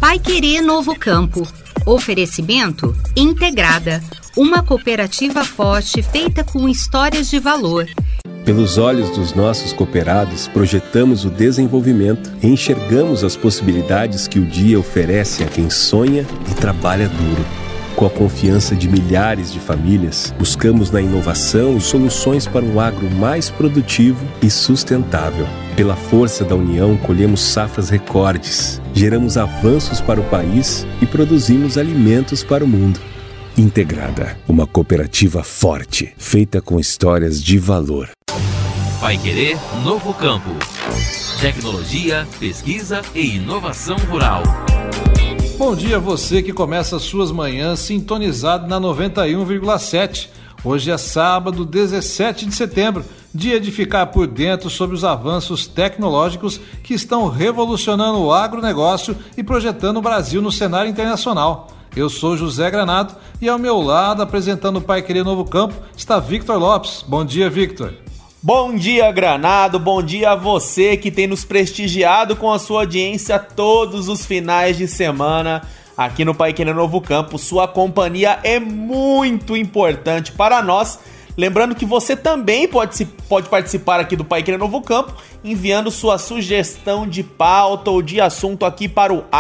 Paiquerê Novo Campo. Oferecimento Integrada, uma cooperativa forte feita com histórias de valor. Pelos olhos dos nossos cooperados, projetamos o desenvolvimento e enxergamos as possibilidades que o dia oferece a quem sonha e trabalha duro. Com a confiança de milhares de famílias, buscamos na inovação soluções para um agro mais produtivo e sustentável. Pela força da união, colhemos safras recordes, geramos avanços para o país e produzimos alimentos para o mundo. Integrada, uma cooperativa forte, feita com histórias de valor. Paiquerê Novo Campo. Tecnologia, pesquisa e inovação rural. Bom dia a você que começa as suas manhãs sintonizado na 91,7. Hoje é sábado, 17 de setembro, dia de ficar por dentro sobre os avanços tecnológicos que estão revolucionando o agronegócio e projetando o Brasil no cenário internacional. Eu sou José Granado e ao meu lado, apresentando o Paiquerê Novo Campo, está Victor Lopes. Bom dia, Victor. Bom dia, Granado, bom dia a você que tem nos prestigiado com a sua audiência todos os finais de semana aqui no Paiquerê Novo Campo. Sua companhia é muito importante para nós. Lembrando que você também pode participar aqui do Paiquerê Novo Campo, enviando sua sugestão de pauta ou de assunto aqui para o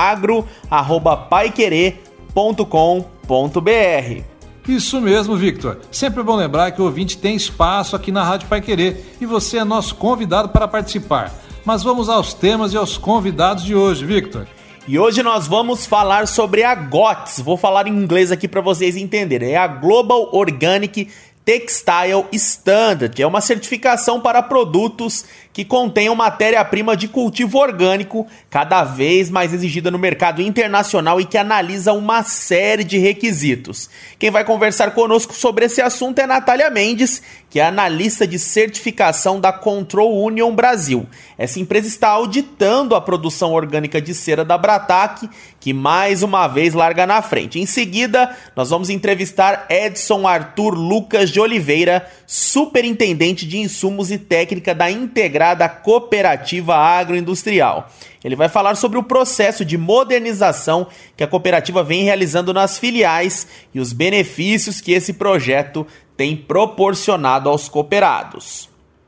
agro@paiquerê.com.br. Isso mesmo, Victor. Sempre é bom lembrar que o ouvinte tem espaço aqui na Rádio Paiquerê e você é nosso convidado para participar. Mas vamos aos temas e aos convidados de hoje, Victor. E hoje nós vamos falar sobre a GOTS. Vou falar em inglês aqui para vocês entenderem. É a Global Organic Textile Standard. É uma certificação para produtos que contenham matéria-prima de cultivo orgânico, cada vez mais exigida no mercado internacional e que analisa uma série de requisitos. Quem vai conversar conosco sobre esse assunto é Natália Mendes, que é analista de certificação da Control Union Brasil. Essa empresa está auditando a produção orgânica de cera da Bratac, que mais uma vez larga na frente. Em seguida, nós vamos entrevistar Edson Arthur Lucas de Oliveira, superintendente de insumos e técnica da Integrada Cooperativa Agroindustrial. Ele vai falar sobre o processo de modernização que a cooperativa vem realizando nas filiais e os benefícios que esse projeto tem proporcionado aos cooperados.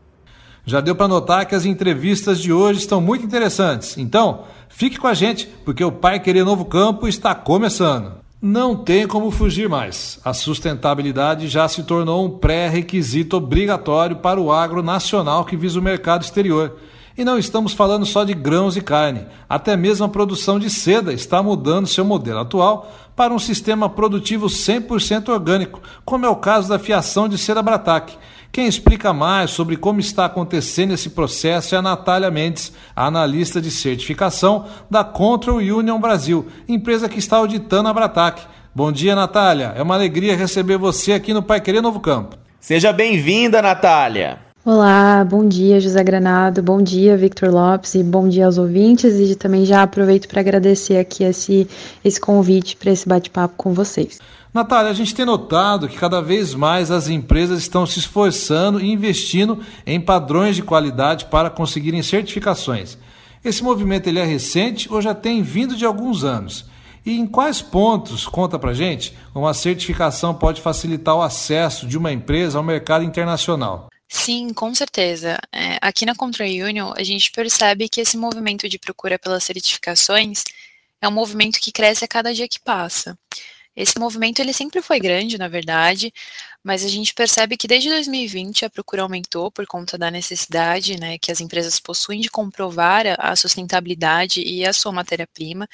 Já deu para notar que as entrevistas de hoje estão muito interessantes. Então, fique com a gente, porque o Paiquerê Novo Campo está começando. Não tem como fugir mais. A sustentabilidade já se tornou um pré-requisito obrigatório para o agro nacional que visa o mercado exterior. E não estamos falando só de grãos e carne. Até mesmo a produção de seda está mudando seu modelo atual para um sistema produtivo 100% orgânico, como é o caso da fiação de seda Bratac. Quem explica mais sobre como está acontecendo esse processo é a Natália Mendes, a analista de certificação da Control Union Brasil, empresa que está auditando a Bratac. Bom dia, Natália. É uma alegria receber você aqui no Paiquerê Novo Campo. Seja bem-vinda, Natália. Olá, bom dia, José Granado, bom dia, Victor Lopes, e bom dia aos ouvintes, e também já aproveito para agradecer aqui esse convite para esse bate-papo com vocês. Natália, a gente tem notado que cada vez mais as empresas estão se esforçando e investindo em padrões de qualidade para conseguirem certificações. Esse movimento ele é recente ou já tem vindo de alguns anos? E em quais pontos, conta pra gente, uma certificação pode facilitar o acesso de uma empresa ao mercado internacional? Sim, com certeza. Aqui na Control Union, a gente percebe que esse movimento de procura pelas certificações é um movimento que cresce a cada dia que passa. Esse movimento ele sempre foi grande, na verdade, mas a gente percebe que desde 2020 a procura aumentou por conta da necessidade, né, que as empresas possuem de comprovar a sustentabilidade e a sua matéria-prima.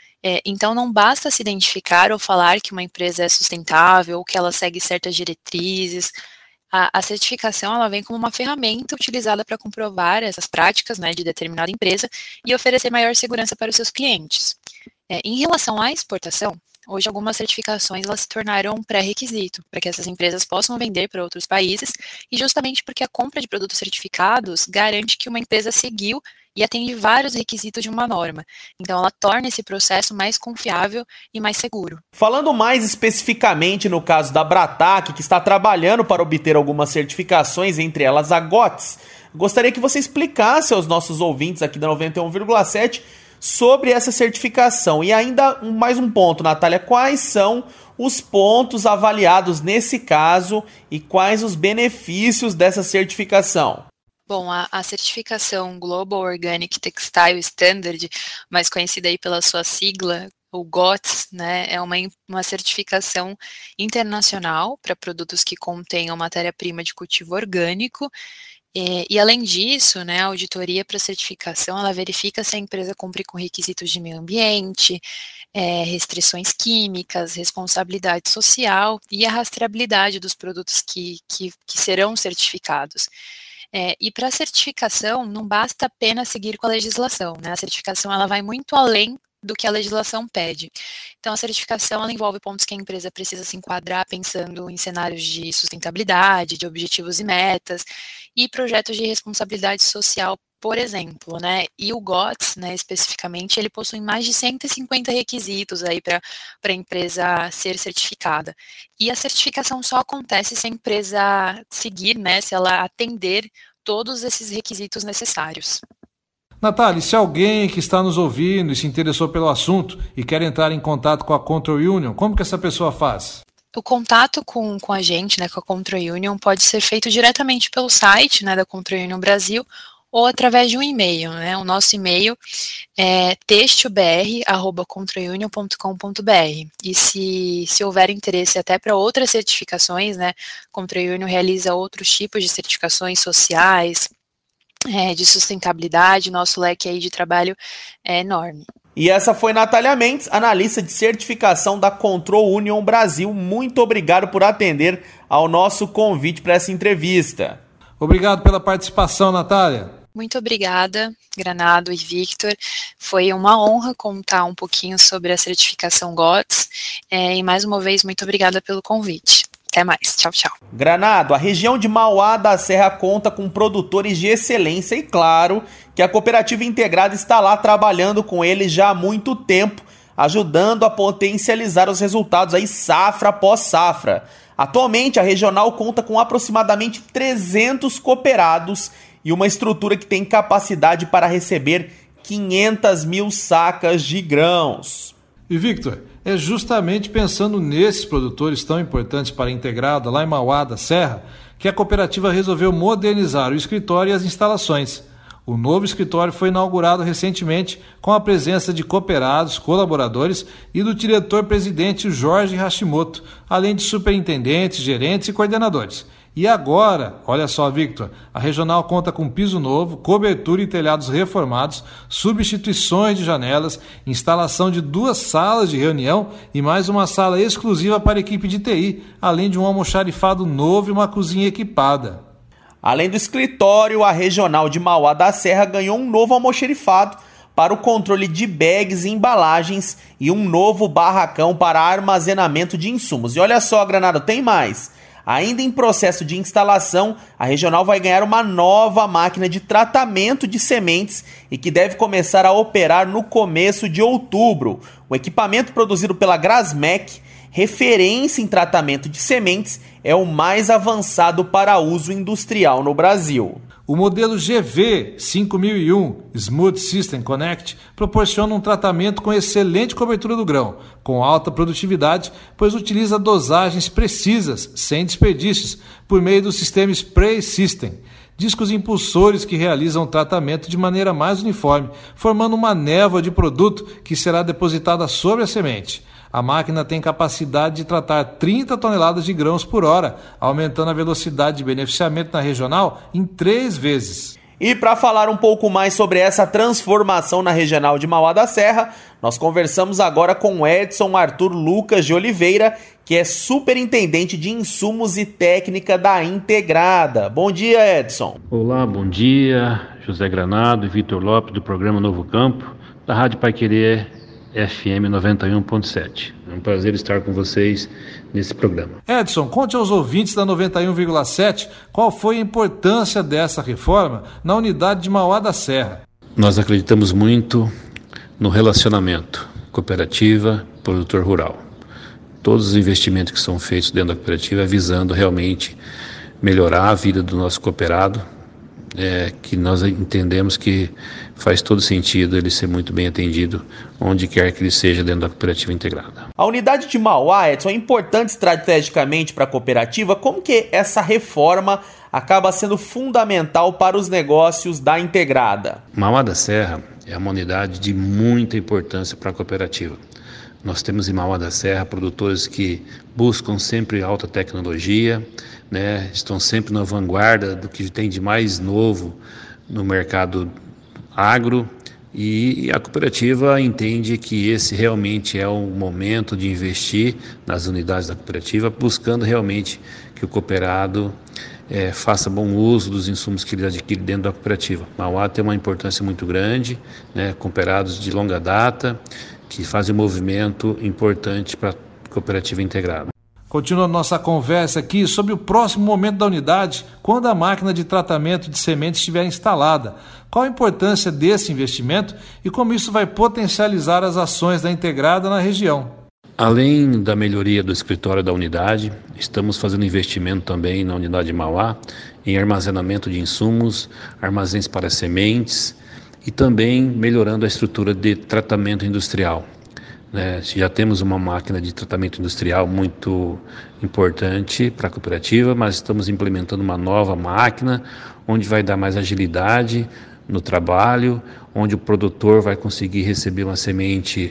Então não basta se identificar ou falar que uma empresa é sustentável ou que ela segue certas diretrizes. A certificação ela vem como uma ferramenta utilizada para comprovar essas práticas, né, de determinada empresa e oferecer maior segurança para os seus clientes. Em relação à exportação, hoje algumas certificações elas se tornaram um pré-requisito para que essas empresas possam vender para outros países e justamente porque a compra de produtos certificados garante que uma empresa seguiu e atende vários requisitos de uma norma. Então ela torna esse processo mais confiável e mais seguro. Falando mais especificamente no caso da Bratac, que está trabalhando para obter algumas certificações, entre elas a GOTS, gostaria que você explicasse aos nossos ouvintes aqui da 91,7 sobre essa certificação. E ainda mais um ponto, Natália, quais são os pontos avaliados nesse caso e quais os benefícios dessa certificação? Bom, a certificação Global Organic Textile Standard, mais conhecida aí pela sua sigla, o GOTS, né, é uma certificação internacional para produtos que contenham matéria-prima de cultivo orgânico. E além disso, né, a auditoria para certificação, ela verifica se a empresa cumpre com requisitos de meio ambiente, restrições químicas, responsabilidade social e a rastreabilidade dos produtos que serão certificados. E para a certificação, não basta apenas seguir com a legislação, né? A certificação ela vai muito além do que a legislação pede. Então, a certificação ela envolve pontos que a empresa precisa se enquadrar pensando em cenários de sustentabilidade, de objetivos e metas, e projetos de responsabilidade social, por exemplo, né? E o GOTS, né, especificamente, ele possui mais de 150 requisitos aí para a empresa ser certificada. E a certificação só acontece se a empresa seguir, né, se ela atender todos esses requisitos necessários. Natália, se alguém que está nos ouvindo e se interessou pelo assunto e quer entrar em contato com a Control Union, como que essa pessoa faz? O contato com a gente, né, com a Control Union, pode ser feito diretamente pelo site, né, da Control Union Brasil, ou através de um e-mail, né? O nosso e-mail é textobr@controlunion.com.br. E se houver interesse até para outras certificações, né, Control Union realiza outros tipos de certificações sociais, de sustentabilidade, nosso leque aí de trabalho é enorme. E essa foi Natália Mendes, analista de certificação da Control Union Brasil. Muito obrigado por atender ao nosso convite para essa entrevista. Obrigado pela participação, Natália. Muito obrigada, Granado e Victor. Foi uma honra contar um pouquinho sobre a certificação GOTS. E mais uma vez, muito obrigada pelo convite. Até mais. Tchau, tchau. Granado, a região de Mauá da Serra conta com produtores de excelência e, claro, que a Cooperativa Integrada está lá trabalhando com eles já há muito tempo, ajudando a potencializar os resultados aí safra após safra. Atualmente, a regional conta com aproximadamente 300 cooperados e uma estrutura que tem capacidade para receber 500 mil sacas de grãos. E Victor, é justamente pensando nesses produtores tão importantes para a Integrada, lá em Mauá da Serra, que a cooperativa resolveu modernizar o escritório e as instalações. O novo escritório foi inaugurado recentemente com a presença de cooperados, colaboradores e do diretor-presidente Jorge Hashimoto, além de superintendentes, gerentes e coordenadores. E agora, olha só, Victor, a regional conta com piso novo, cobertura e telhados reformados, substituições de janelas, instalação de 2 salas de reunião e mais uma sala exclusiva para a equipe de TI, além de um almoxarifado novo e uma cozinha equipada. Além do escritório, a regional de Mauá da Serra ganhou um novo almoxarifado para o controle de bags e embalagens e um novo barracão para armazenamento de insumos. E olha só, Granado, tem mais. Ainda em processo de instalação, a regional vai ganhar uma nova máquina de tratamento de sementes e que deve começar a operar no começo de outubro. O equipamento produzido pela Grasmec, referência em tratamento de sementes, é o mais avançado para uso industrial no Brasil. O modelo GV5001 Smooth System Connect proporciona um tratamento com excelente cobertura do grão, com alta produtividade, pois utiliza dosagens precisas, sem desperdícios, por meio do sistema Spray System. Discos impulsores que realizam o tratamento de maneira mais uniforme, formando uma névoa de produto que será depositada sobre a semente. A máquina tem capacidade de tratar 30 toneladas de grãos por hora, aumentando a velocidade de beneficiamento na regional em 3 vezes. E para falar um pouco mais sobre essa transformação na regional de Mauá da Serra, nós conversamos agora com Edson Arthur Lucas de Oliveira, que é superintendente de insumos e técnica da Integrada. Bom dia, Edson. Olá, bom dia. José Granado e Victor Lopes do programa Novo Campo, da Rádio Paiquerê FM 91.7. É um prazer estar com vocês nesse programa. Edson, conte aos ouvintes da 91,7 qual foi a importância dessa reforma na unidade de Mauá da Serra. Nós acreditamos muito no relacionamento cooperativa, produtor rural. Todos os investimentos que são feitos dentro da cooperativa visando realmente melhorar a vida do nosso cooperado, que nós entendemos que faz todo sentido ele ser muito bem atendido onde quer que ele seja dentro da cooperativa integrada. A unidade de Mauá, Edson, é importante estrategicamente para a cooperativa. Como que essa reforma acaba sendo fundamental para os negócios da integrada? Mauá da Serra é uma unidade de muita importância para a cooperativa. Nós temos em Mauá da Serra produtores que buscam sempre alta tecnologia, né? Estão sempre na vanguarda do que tem de mais novo no mercado agro, e a cooperativa entende que esse realmente é o momento de investir nas unidades da cooperativa, buscando realmente que o cooperado faça bom uso dos insumos que ele adquire dentro da cooperativa. Mauá tem uma importância muito grande, né? Cooperados de longa data, que fazem um movimento importante para a cooperativa integrada. Continuando nossa conversa aqui sobre o próximo momento da unidade, quando a máquina de tratamento de sementes estiver instalada. Qual a importância desse investimento e como isso vai potencializar as ações da integrada na região? Além da melhoria do escritório da unidade, estamos fazendo investimento também na unidade de Mauá em armazenamento de insumos, armazéns para sementes e também melhorando a estrutura de tratamento industrial. Já temos uma máquina de tratamento industrial muito importante para a cooperativa, mas estamos implementando uma nova máquina onde vai dar mais agilidade no trabalho, onde o produtor vai conseguir receber uma semente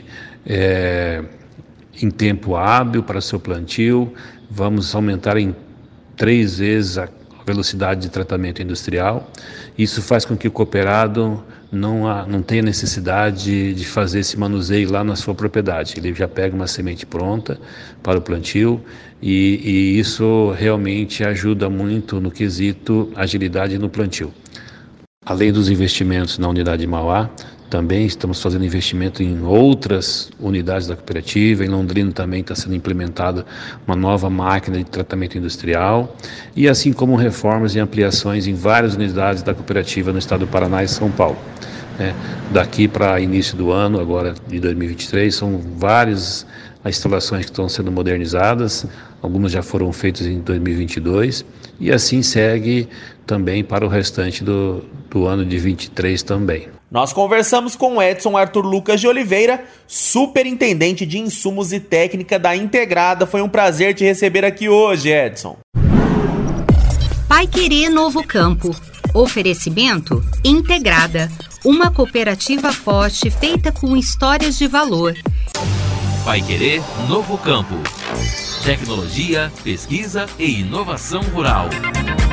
em tempo hábil para seu plantio. Vamos aumentar em 3 vezes a velocidade de tratamento industrial. Isso faz com que o cooperado não tenha necessidade de fazer esse manuseio lá na sua propriedade. Ele já pega uma semente pronta para o plantio e isso realmente ajuda muito no quesito agilidade no plantio. Além dos investimentos na unidade de Mauá, também estamos fazendo investimento em outras unidades da cooperativa. Em Londrina também está sendo implementada uma nova máquina de tratamento industrial, e assim como reformas e ampliações em várias unidades da cooperativa no estado do Paraná e São Paulo. Daqui para início do ano, agora de 2023, são várias as instalações que estão sendo modernizadas, algumas já foram feitas em 2022, e assim segue também para o restante do ano de 2023 também. Nós conversamos com Edson Arthur Lucas de Oliveira, superintendente de insumos e técnica da Integrada. Foi um prazer te receber aqui hoje, Edson. Paiquerê Novo Campo. Oferecimento Integrada, uma cooperativa forte feita com histórias de valor. Paiquerê Novo Campo. Tecnologia, pesquisa e inovação rural.